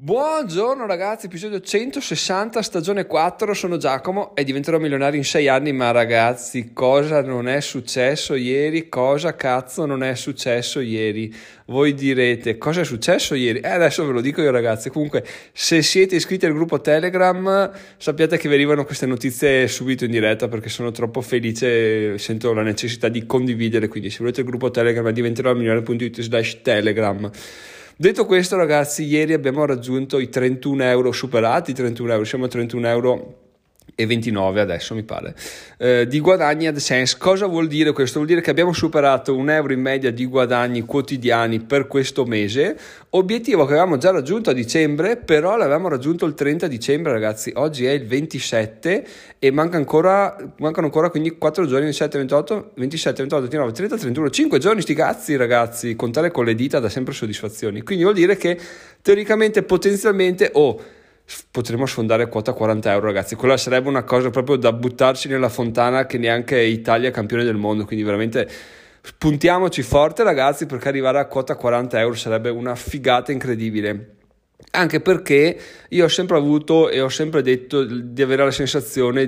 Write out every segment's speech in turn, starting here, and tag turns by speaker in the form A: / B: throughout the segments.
A: Buongiorno ragazzi, episodio 160, stagione 4, sono Giacomo e diventerò milionario in 6 anni, ma ragazzi, cosa non è successo ieri? Cosa cazzo non è successo ieri? Voi direte, cosa è successo ieri? Adesso ve lo dico io ragazzi. Comunque, se siete iscritti al gruppo Telegram, sappiate che vi arrivano queste notizie subito in diretta perché sono troppo felice, sento la necessità di condividere, quindi se volete il gruppo Telegram diventerò milionario.it/Telegram. Detto questo ragazzi, ieri abbiamo raggiunto i 31 euro, superati i 31 euro, siamo a 31 euro e 29 adesso mi pare, di guadagni AdSense. Cosa vuol dire questo? Vuol dire che abbiamo superato un euro in media di guadagni quotidiani per questo mese, obiettivo che avevamo già raggiunto a dicembre, però l'avevamo raggiunto il 30 dicembre ragazzi, oggi è il 27 e mancano ancora quindi 4 giorni, 27, 28, 29, 30, 31, 5 giorni sti cazzi ragazzi, contare con le dita dà sempre soddisfazioni, quindi vuol dire che teoricamente potenzialmente potremmo sfondare quota 40 euro ragazzi, quella sarebbe una cosa proprio da buttarci nella fontana che neanche Italia è campione del mondo, quindi veramente puntiamoci forte ragazzi perché arrivare a quota 40 euro sarebbe una figata incredibile. Anche perché io ho sempre avuto e ho sempre detto di avere la sensazione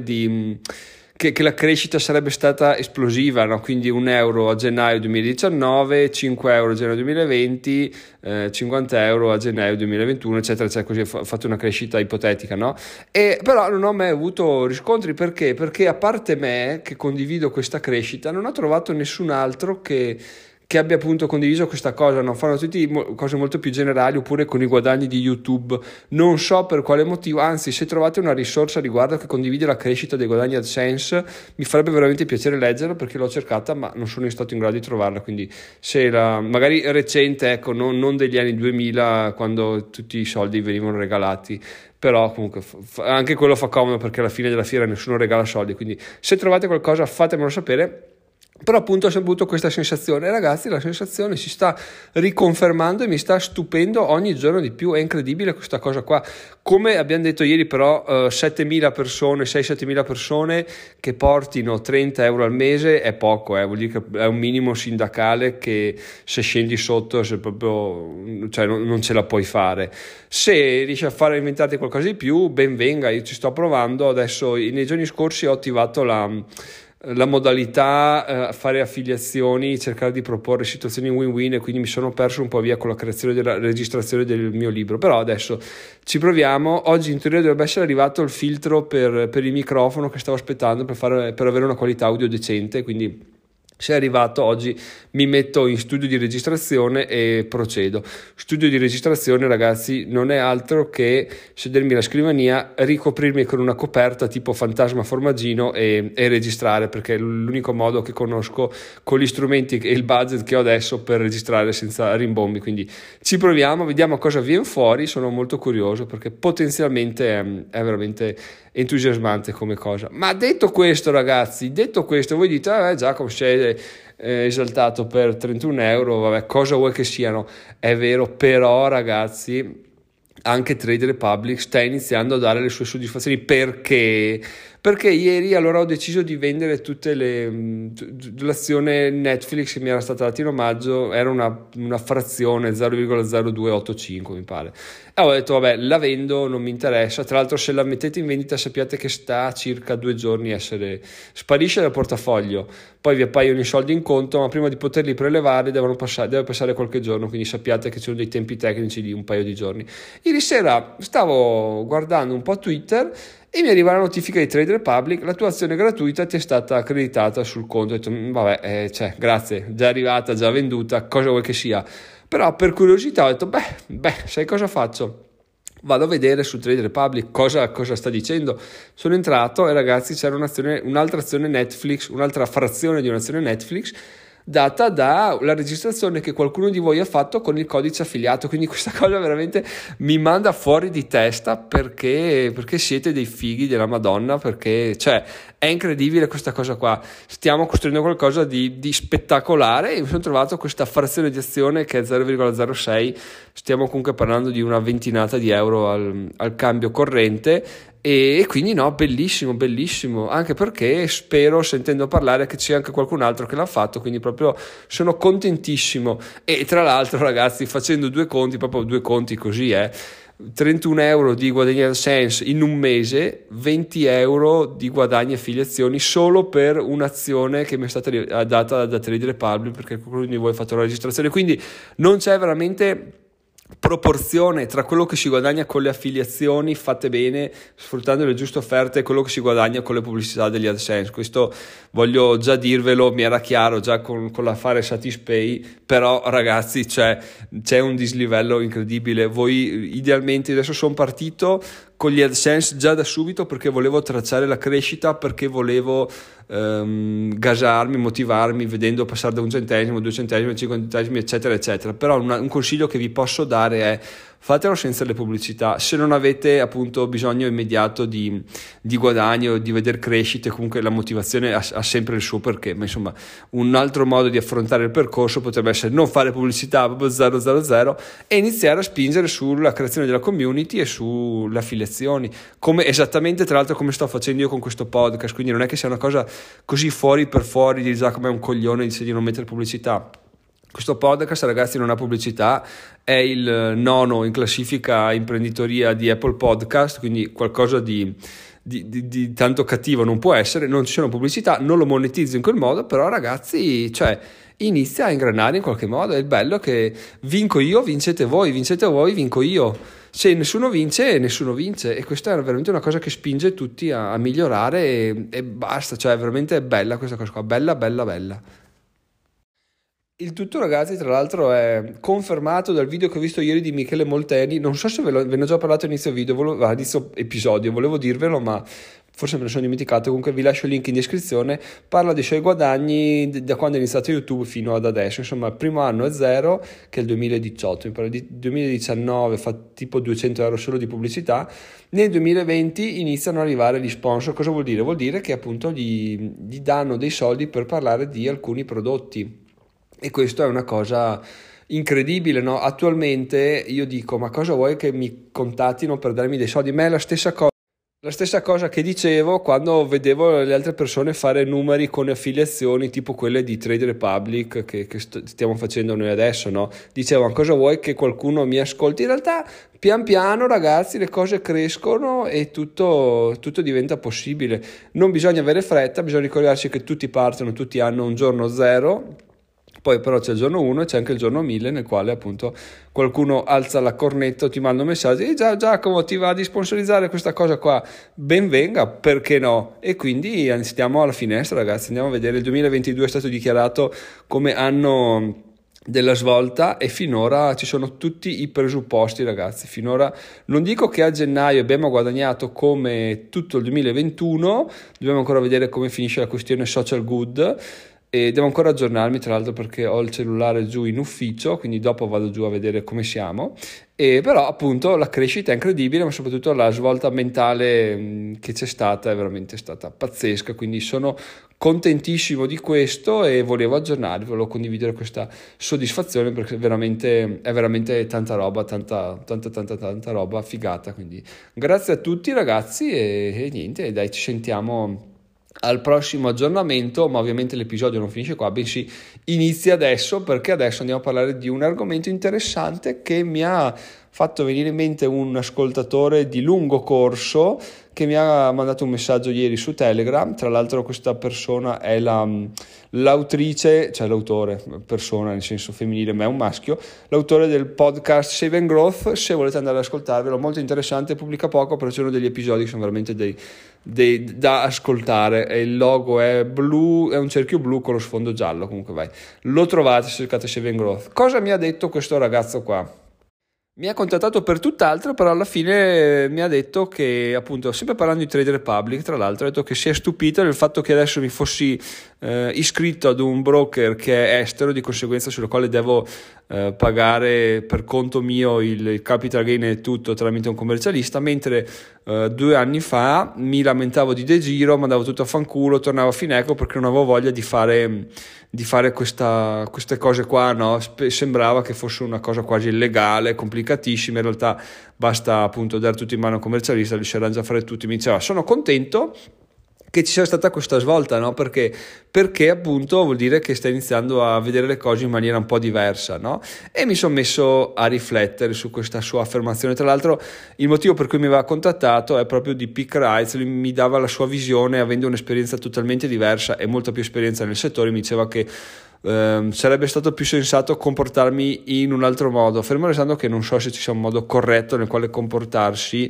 A: che la crescita sarebbe stata esplosiva, no? Quindi 1 euro a gennaio 2019, 5 euro a gennaio 2020, 50 euro a gennaio 2021, eccetera, eccetera, così ho fatto una crescita ipotetica, no? E però non ho mai avuto riscontri, perché a parte me che condivido questa crescita, non ho trovato nessun altro che abbia appunto condiviso questa cosa, no? Fanno tutti cose molto più generali, oppure con i guadagni di YouTube, non so per quale motivo, anzi se trovate una risorsa a riguardo che condivide la crescita dei guadagni AdSense mi farebbe veramente piacere leggerla perché l'ho cercata ma non sono stato in grado di trovarla, quindi se magari recente, ecco, non degli anni 2000 quando tutti i soldi venivano regalati, però comunque anche quello fa comodo perché alla fine della fiera nessuno regala soldi, quindi se trovate qualcosa fatemelo sapere. Però appunto ho sempre avuto questa sensazione, ragazzi, la sensazione si sta riconfermando e mi sta stupendo ogni giorno di più, è incredibile questa cosa qua. Come abbiamo detto ieri però 7.000 persone, 6-7.000 persone che portino 30 euro al mese è poco, vuol dire che è un minimo sindacale che se scendi sotto se proprio, cioè non ce la puoi fare. Se riesci a fare inventarti qualcosa di più, ben venga, io ci sto provando adesso. Nei giorni scorsi ho attivato la modalità fare affiliazioni, cercare di proporre situazioni win-win, e quindi mi sono perso un po' via con la creazione della registrazione del mio libro, però adesso ci proviamo. Oggi in teoria dovrebbe essere arrivato il filtro per il microfono che stavo aspettando per avere una qualità audio decente, quindi se è arrivato oggi mi metto in studio di registrazione e procedo. Studio di registrazione ragazzi non è altro che sedermi alla scrivania, ricoprirmi con una coperta tipo fantasma formaggino e registrare, perché è l'unico modo che conosco con gli strumenti e il budget che ho adesso per registrare senza rimbombi, quindi ci proviamo, vediamo cosa viene fuori. Sono molto curioso perché potenzialmente è veramente entusiasmante come cosa. Ma detto questo ragazzi, voi dite Giacomo sei esaltato per 31 euro, vabbè, cosa vuoi che siano, è vero, però ragazzi anche Trade Republic sta iniziando a dare le sue soddisfazioni. Perché ieri allora ho deciso di vendere tutte l'azione Netflix che mi era stata data in omaggio, era una frazione 0,0285 mi pare, e ho detto vabbè, la vendo, non mi interessa. Tra l'altro se la mettete in vendita sappiate che sta a circa 2 giorni sparisce dal portafoglio, poi vi appaiono i soldi in conto, ma prima di poterli prelevare deve passare qualche giorno, quindi sappiate che ci sono dei tempi tecnici di un paio di giorni. Ieri sera stavo guardando un po' Twitter e mi arriva la notifica di Trade Republic: la tua azione gratuita ti è stata accreditata sul conto. Ho detto vabbè, grazie, già arrivata, già venduta, cosa vuoi che sia. Però per curiosità ho detto beh, sai cosa faccio? Vado a vedere su Trade Republic cosa sta dicendo. Sono entrato e ragazzi c'era un'altra azione Netflix, un'altra frazione di un'azione Netflix data dalla registrazione che qualcuno di voi ha fatto con il codice affiliato. Quindi questa cosa veramente mi manda fuori di testa perché siete dei fighi della Madonna, perché cioè è incredibile questa cosa qua. Stiamo costruendo qualcosa di spettacolare e mi sono trovato questa frazione di azione che è 0,06, stiamo comunque parlando di una ventinata di euro al cambio corrente. E quindi no, bellissimo, anche perché spero, sentendo parlare, che c'è anche qualcun altro che l'ha fatto, quindi proprio sono contentissimo. E tra l'altro ragazzi, facendo due conti così 31 euro di guadagni AdSense in un mese, 20 euro di guadagni affiliazioni solo per un'azione che mi è stata data da Trade Republic, perché qualcuno di voi ha fatto la registrazione. Quindi non c'è veramente proporzione tra quello che si guadagna con le affiliazioni fatte bene, sfruttando le giuste offerte, e quello che si guadagna con le pubblicità degli AdSense. Questo voglio già dirvelo, mi era chiaro già con l'affare Satispay, però ragazzi c'è un dislivello incredibile. Voi idealmente, adesso sono partito con gli AdSense già da subito perché volevo tracciare la crescita, perché volevo gasarmi, motivarmi vedendo passare da 1 centesimo, 2 centesimi, 5 centesimi, eccetera eccetera. Però un consiglio che vi posso dare è: fatelo senza le pubblicità. Se non avete appunto bisogno immediato di guadagno, di vedere crescite, comunque la motivazione ha sempre il suo perché. Ma insomma, un altro modo di affrontare il percorso potrebbe essere non fare pubblicità proprio 000 e iniziare a spingere sulla creazione della community e sulle affiliazioni, come esattamente tra l'altro come sto facendo io con questo podcast. Quindi non è che sia una cosa così fuori per fuori di Giacomo è un coglione, dice di non mettere pubblicità. Questo podcast, ragazzi, non ha pubblicità, è il 9° in classifica imprenditoria di Apple Podcast, quindi qualcosa di tanto cattivo non può essere. Non ci sono pubblicità, non lo monetizzo in quel modo, però ragazzi, cioè, inizia a ingranare in qualche modo. È il bello che vinco io, vincete voi, vinco io. Se nessuno vince, nessuno vince, e questa è veramente una cosa che spinge tutti a migliorare e basta. Cioè, veramente è bella questa cosa qua, bella. Il tutto, ragazzi, tra l'altro è confermato dal video che ho visto ieri di Michele Molteni. Non so se ve ne ho già parlato all'inizio inizio episodio, volevo dirvelo, ma forse me ne sono dimenticato. Comunque vi lascio il link in descrizione. Parla dei suoi guadagni da quando è iniziato YouTube fino ad adesso. Insomma, il primo anno è 0, che è il 2018. Mi pare di 2019 fa tipo 200 euro solo di pubblicità. Nel 2020 iniziano ad arrivare gli sponsor. Cosa vuol dire? Vuol dire che appunto gli danno dei soldi per parlare di alcuni prodotti. E questo è una cosa incredibile, no? Attualmente io dico: ma cosa vuoi che mi contattino per darmi dei soldi? Ma è la stessa cosa che dicevo quando vedevo le altre persone fare numeri con affiliazioni tipo quelle di Trade Republic che stiamo facendo noi adesso, no? Dicevo: ma cosa vuoi che qualcuno mi ascolti? In realtà pian piano, ragazzi, le cose crescono e tutto diventa possibile. Non bisogna avere fretta, bisogna ricordarsi che tutti partono, tutti hanno un giorno 0. Poi però c'è il giorno 1 e c'è anche il giorno 1000, nel quale appunto qualcuno alza la cornetta o ti manda un messaggio: Giacomo, ti va di sponsorizzare questa cosa qua? Ben venga, perché no? E quindi stiamo alla finestra, ragazzi, andiamo a vedere. Il 2022 è stato dichiarato come anno della svolta e finora ci sono tutti i presupposti, ragazzi. Finora non dico che a gennaio abbiamo guadagnato come tutto il 2021, dobbiamo ancora vedere come finisce la questione social good. E devo ancora aggiornarmi, tra l'altro, perché ho il cellulare giù in ufficio, quindi dopo vado giù a vedere come siamo. E però appunto la crescita è incredibile, ma soprattutto la svolta mentale che c'è stata è veramente stata pazzesca, quindi sono contentissimo di questo e volevo aggiornarvi, volevo condividere questa soddisfazione, perché è veramente tanta roba, tanta roba figata. Quindi grazie a tutti, ragazzi, e niente, dai, ci sentiamo al prossimo aggiornamento, ma ovviamente l'episodio non finisce qua, bensì inizia adesso, perché adesso andiamo a parlare di un argomento interessante che mi ha fatto venire in mente un ascoltatore di lungo corso che mi ha mandato un messaggio ieri su Telegram. Tra l'altro questa persona è l'autrice, cioè l'autore, persona nel senso femminile, ma è un maschio, l'autore del podcast Save and Growth. Se volete andare ad ascoltarvelo, molto interessante, pubblica poco, però ci sono degli episodi che sono veramente da ascoltare. E il logo è blu, è un cerchio blu con lo sfondo giallo. Comunque vai, lo trovate se cercate Save and Growth. Cosa mi ha detto questo ragazzo qua? Mi ha contattato per tutt'altro, però alla fine mi ha detto che, appunto, sempre parlando di Trade Republic, tra l'altro, ha detto che si è stupito del fatto che adesso mi fossi iscritto ad un broker che è estero, di conseguenza sulla quale devo pagare per conto mio il capital gain e tutto tramite un commercialista, mentre 2 anni fa mi lamentavo di De Giro, mandavo tutto a fanculo, tornavo a Fineco perché non avevo voglia di fare queste cose qua, no? Sembrava che fosse una cosa quasi illegale, complicatissima. In realtà basta appunto dare tutto in mano a un commercialista, riusciranno già a fare tutti. Mi diceva: sono contento che ci sia stata questa svolta, no? Perché appunto vuol dire che stai iniziando a vedere le cose in maniera un po' diversa, no? E mi sono messo a riflettere su questa sua affermazione. Tra l'altro il motivo per cui mi aveva contattato è proprio di Peak Rights, lui mi dava la sua visione avendo un'esperienza totalmente diversa e molta più esperienza nel settore. Mi diceva che sarebbe stato più sensato comportarmi in un altro modo, fermo restando che non so se ci sia un modo corretto nel quale comportarsi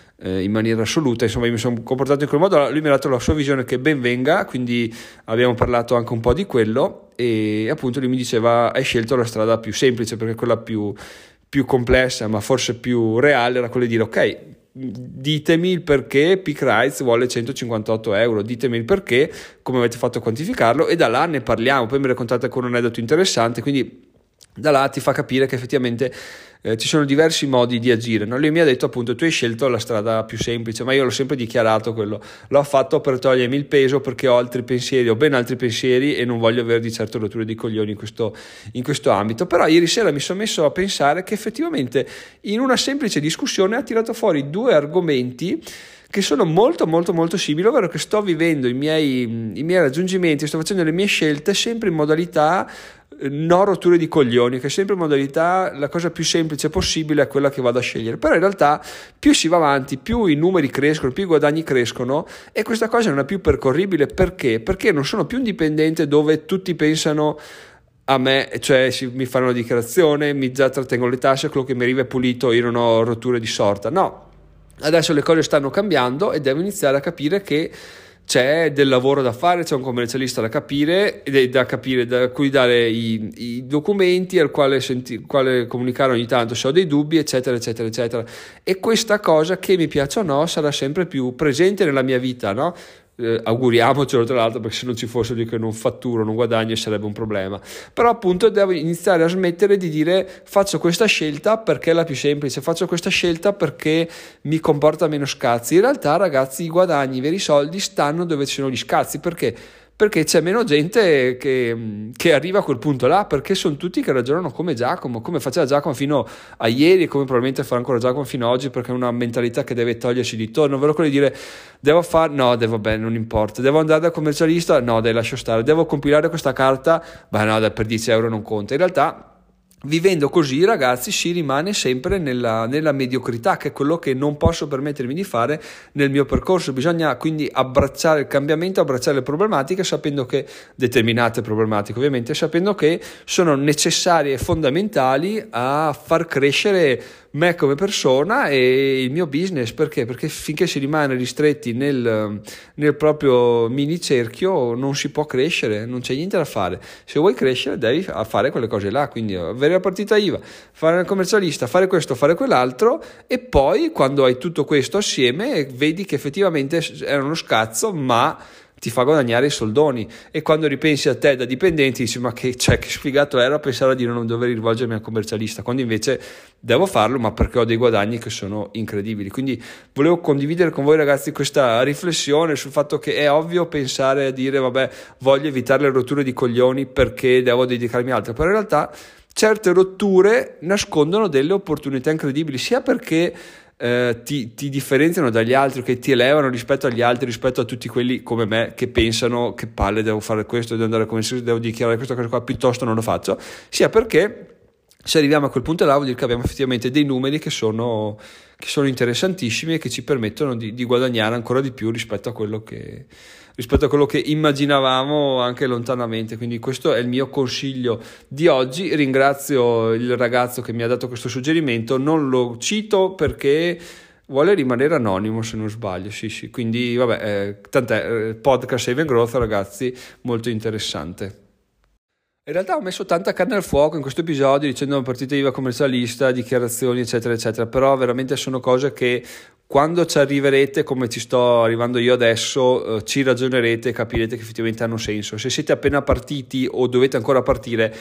A: in maniera assoluta. Insomma, io mi sono comportato in quel modo, lui mi ha dato la sua visione, che ben venga, quindi abbiamo parlato anche un po' di quello, e appunto lui mi diceva: hai scelto la strada più semplice, perché quella più complessa ma forse più reale era quella di dire: ok, ditemi il perché Peak Rights vuole 158 euro, ditemi il perché, come avete fatto a quantificarlo, e da là ne parliamo. Poi mi raccontate con un aneddoto interessante, quindi da là ti fa capire che effettivamente ci sono diversi modi di agire, no? Lui mi ha detto appunto: tu hai scelto la strada più semplice, ma io l'ho sempre dichiarato quello, l'ho fatto per togliermi il peso, perché ho altri pensieri, ho ben altri pensieri e non voglio avere di certo rotture di coglioni in questo ambito. Però ieri sera mi sono messo a pensare che effettivamente in una semplice discussione ha tirato fuori due argomenti che sono molto molto molto simili, ovvero che sto vivendo i miei raggiungimenti, sto facendo le mie scelte sempre in modalità no rotture di coglioni, che sempre in modalità la cosa più semplice possibile è quella che vado a scegliere. Però in realtà più si va avanti, più i numeri crescono, più i guadagni crescono, e questa cosa non è più percorribile. Perché non sono più un dipendente dove tutti pensano a me, cioè mi fanno una dichiarazione, mi già trattengono le tasse, quello che mi arriva è pulito, io non ho rotture di sorta. No, adesso le cose stanno cambiando e devo iniziare a capire che c'è del lavoro da fare, c'è un commercialista da capire, da cui dare i documenti, al quale comunicare ogni tanto se ho dei dubbi, eccetera eccetera eccetera. E questa cosa, che mi piaccia o no, sarà sempre più presente nella mia vita, no? Auguriamocelo, tra l'altro, perché se non ci fosse di che non fatturo, non guadagno, sarebbe un problema. Però appunto devo iniziare a smettere di dire: faccio questa scelta perché è la più semplice, faccio questa scelta perché mi comporta meno scazzi. In realtà, ragazzi, i guadagni, i veri soldi stanno dove ci sono gli scazzi. Perché c'è meno gente che arriva a quel punto là, perché sono tutti che ragionano come Giacomo, come faceva Giacomo fino a ieri, e come probabilmente farà ancora Giacomo fino ad oggi, perché è una mentalità che deve togliersi di torno, ovvero quello di dire: devo fare, no, vabbè, non importa, devo andare dal commercialista, no dai, lascio stare, devo compilare questa carta, beh no dai, per 10 euro non conta. In realtà, vivendo così, ragazzi, si rimane sempre nella mediocrità, che è quello che non posso permettermi di fare nel mio percorso. Bisogna quindi abbracciare il cambiamento, abbracciare le problematiche, sapendo che determinate problematiche, ovviamente, sapendo che sono necessarie e fondamentali a far crescere me come persona e il mio business. Perché finché si rimane ristretti nel proprio mini cerchio non si può crescere, non c'è niente da fare. Se vuoi crescere devi fare quelle cose là, quindi avere la partita IVA, fare il commercialista, fare questo, fare quell'altro, e poi quando hai tutto questo assieme vedi che effettivamente è uno scazzo, ma ti fa guadagnare i soldoni. E quando ripensi a te da dipendente dici: ma che sfigato era pensare di non dover rivolgermi al commercialista, quando invece devo farlo, ma perché ho dei guadagni che sono incredibili. Quindi volevo condividere con voi, ragazzi, questa riflessione sul fatto che è ovvio pensare a dire: vabbè, voglio evitare le rotture di coglioni perché devo dedicarmi a altro, però in realtà certe rotture nascondono delle opportunità incredibili, sia perché ti differenziano dagli altri, che ti elevano rispetto agli altri, rispetto a tutti quelli come me che pensano: che palle, devo fare questo, devo andare come se devo dichiarare questa cosa qua, piuttosto non lo faccio. Sia perché se arriviamo a quel punto là vuol dire che abbiamo effettivamente dei numeri che sono interessantissimi e che ci permettono di guadagnare ancora di più rispetto a quello che immaginavamo anche lontanamente. Quindi questo è il mio consiglio di oggi. Ringrazio il ragazzo che mi ha dato questo suggerimento, non lo cito perché vuole rimanere anonimo, se non sbaglio. Sì, quindi vabbè, tant'è, podcast Save and Growth, ragazzi, molto interessante. In realtà ho messo tanta carne al fuoco in questo episodio dicendo partita IVA, commercialista, dichiarazioni, eccetera eccetera, però veramente sono cose che quando ci arriverete, come ci sto arrivando io adesso, ci ragionerete e capirete che effettivamente hanno senso. Se siete appena partiti o dovete ancora partire,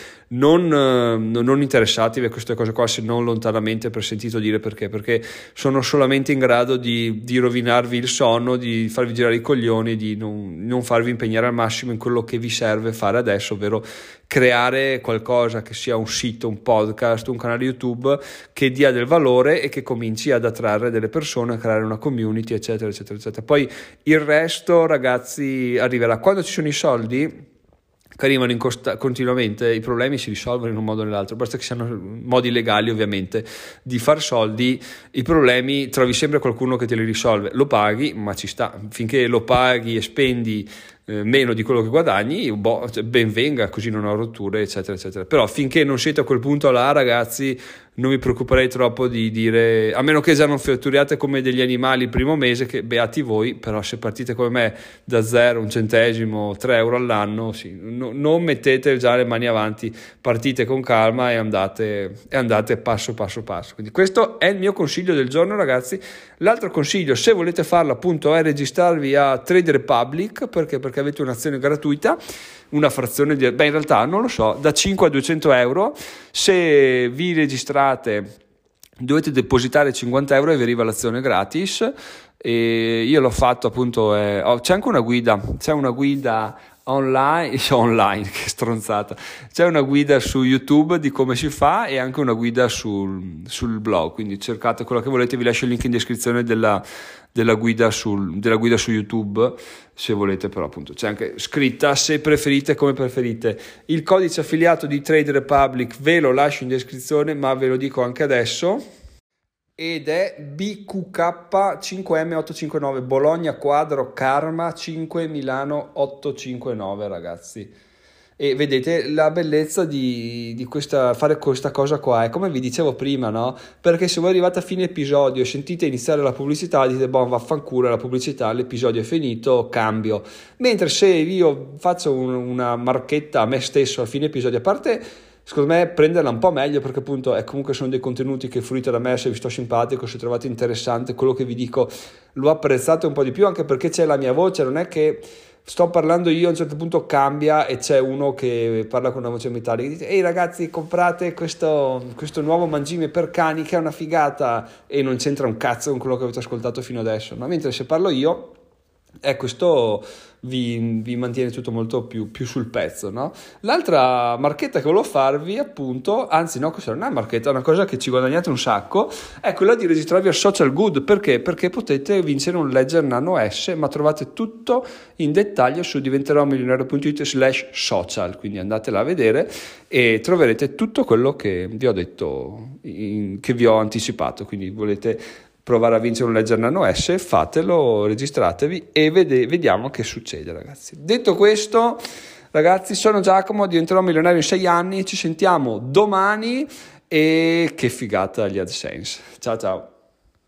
A: non interessatevi a queste cose qua, se non lontanamente per sentito dire. Perché sono solamente in grado di rovinarvi il sonno, di farvi girare i coglioni, di non farvi impegnare al massimo in quello che vi serve fare adesso, ovvero creare qualcosa che sia un sito, un podcast, un canale YouTube che dia del valore e che cominci ad attrarre delle persone creare una community, eccetera, eccetera, eccetera. Poi il resto, ragazzi, arriverà. Quando ci sono i soldi che arrivano continuamente, i problemi si risolvono in un modo o nell'altro, basta che siano modi legali ovviamente di far soldi. I problemi trovi sempre qualcuno che te li risolve, lo paghi, ma ci sta, finché lo paghi e spendi meno di quello che guadagni, ben venga, così non ho rotture, eccetera, eccetera. Però finché non siete a quel punto là, ragazzi, non mi preoccuperei troppo di dire, a meno che già non fatturiate come degli animali il primo mese, che beati voi, però se partite come me da 0, 1 centesimo, 3 euro all'anno, sì, non mettete già le mani avanti, partite con calma e andate passo passo passo. Quindi questo è il mio consiglio del giorno, ragazzi. L'altro consiglio, se volete farlo, appunto, è registrarvi a Trade Republic, perché avete un'azione gratuita, una frazione in realtà non lo so, da 5 a 200 euro. Se vi registrate dovete depositare 50 euro e vi arriva l'azione gratis. E io l'ho fatto, appunto, c'è anche una guida, online, che stronzata, c'è una guida su YouTube di come si fa e anche una guida sul blog, quindi cercate quello che volete, vi lascio il link in descrizione della guida su YouTube, se volete, però appunto c'è anche scritta, se preferite, come preferite. Il codice affiliato di Trade Republic ve lo lascio in descrizione, ma ve lo dico anche adesso, ed è BQK5M859, Bologna Quadro Karma 5 Milano 859, ragazzi. E vedete la bellezza di fare questa cosa qua, è come vi dicevo prima, no? Perché se voi arrivate a fine episodio e sentite iniziare la pubblicità, dite vaffanculo, la pubblicità, l'episodio è finito, cambio. Mentre se io faccio una marchetta a me stesso a fine episodio, a parte, secondo me prenderla un po' meglio, perché appunto comunque sono dei contenuti che fruite da me, se vi sto simpatico, se trovate interessante quello che vi dico, lo apprezzate un po' di più, anche perché c'è la mia voce, non è che sto parlando io, a un certo punto cambia e c'è uno che parla con una voce metallica e dite ehi ragazzi, comprate questo nuovo mangime per cani che è una figata, e non c'entra un cazzo con quello che avete ascoltato fino adesso, no? Mentre se parlo io, questo vi mantiene tutto molto più sul pezzo, no? L'altra marchetta che volevo farvi, appunto, anzi no, questa non è una marchetta, è una cosa che ci guadagnate un sacco, è quella di registrarvi a Social Good. Perché potete vincere un Ledger Nano S, ma trovate tutto in dettaglio su diventeromilionario.it/social, quindi andatela a vedere e troverete tutto quello che vi ho detto, che vi ho anticipato. Quindi volete provare a vincere un Ledger Nano S, fatelo, registratevi e vediamo che succede, ragazzi. Detto questo, ragazzi, sono Giacomo, diventerò milionario in 6 anni, ci sentiamo domani e che figata gli AdSense. Ciao ciao.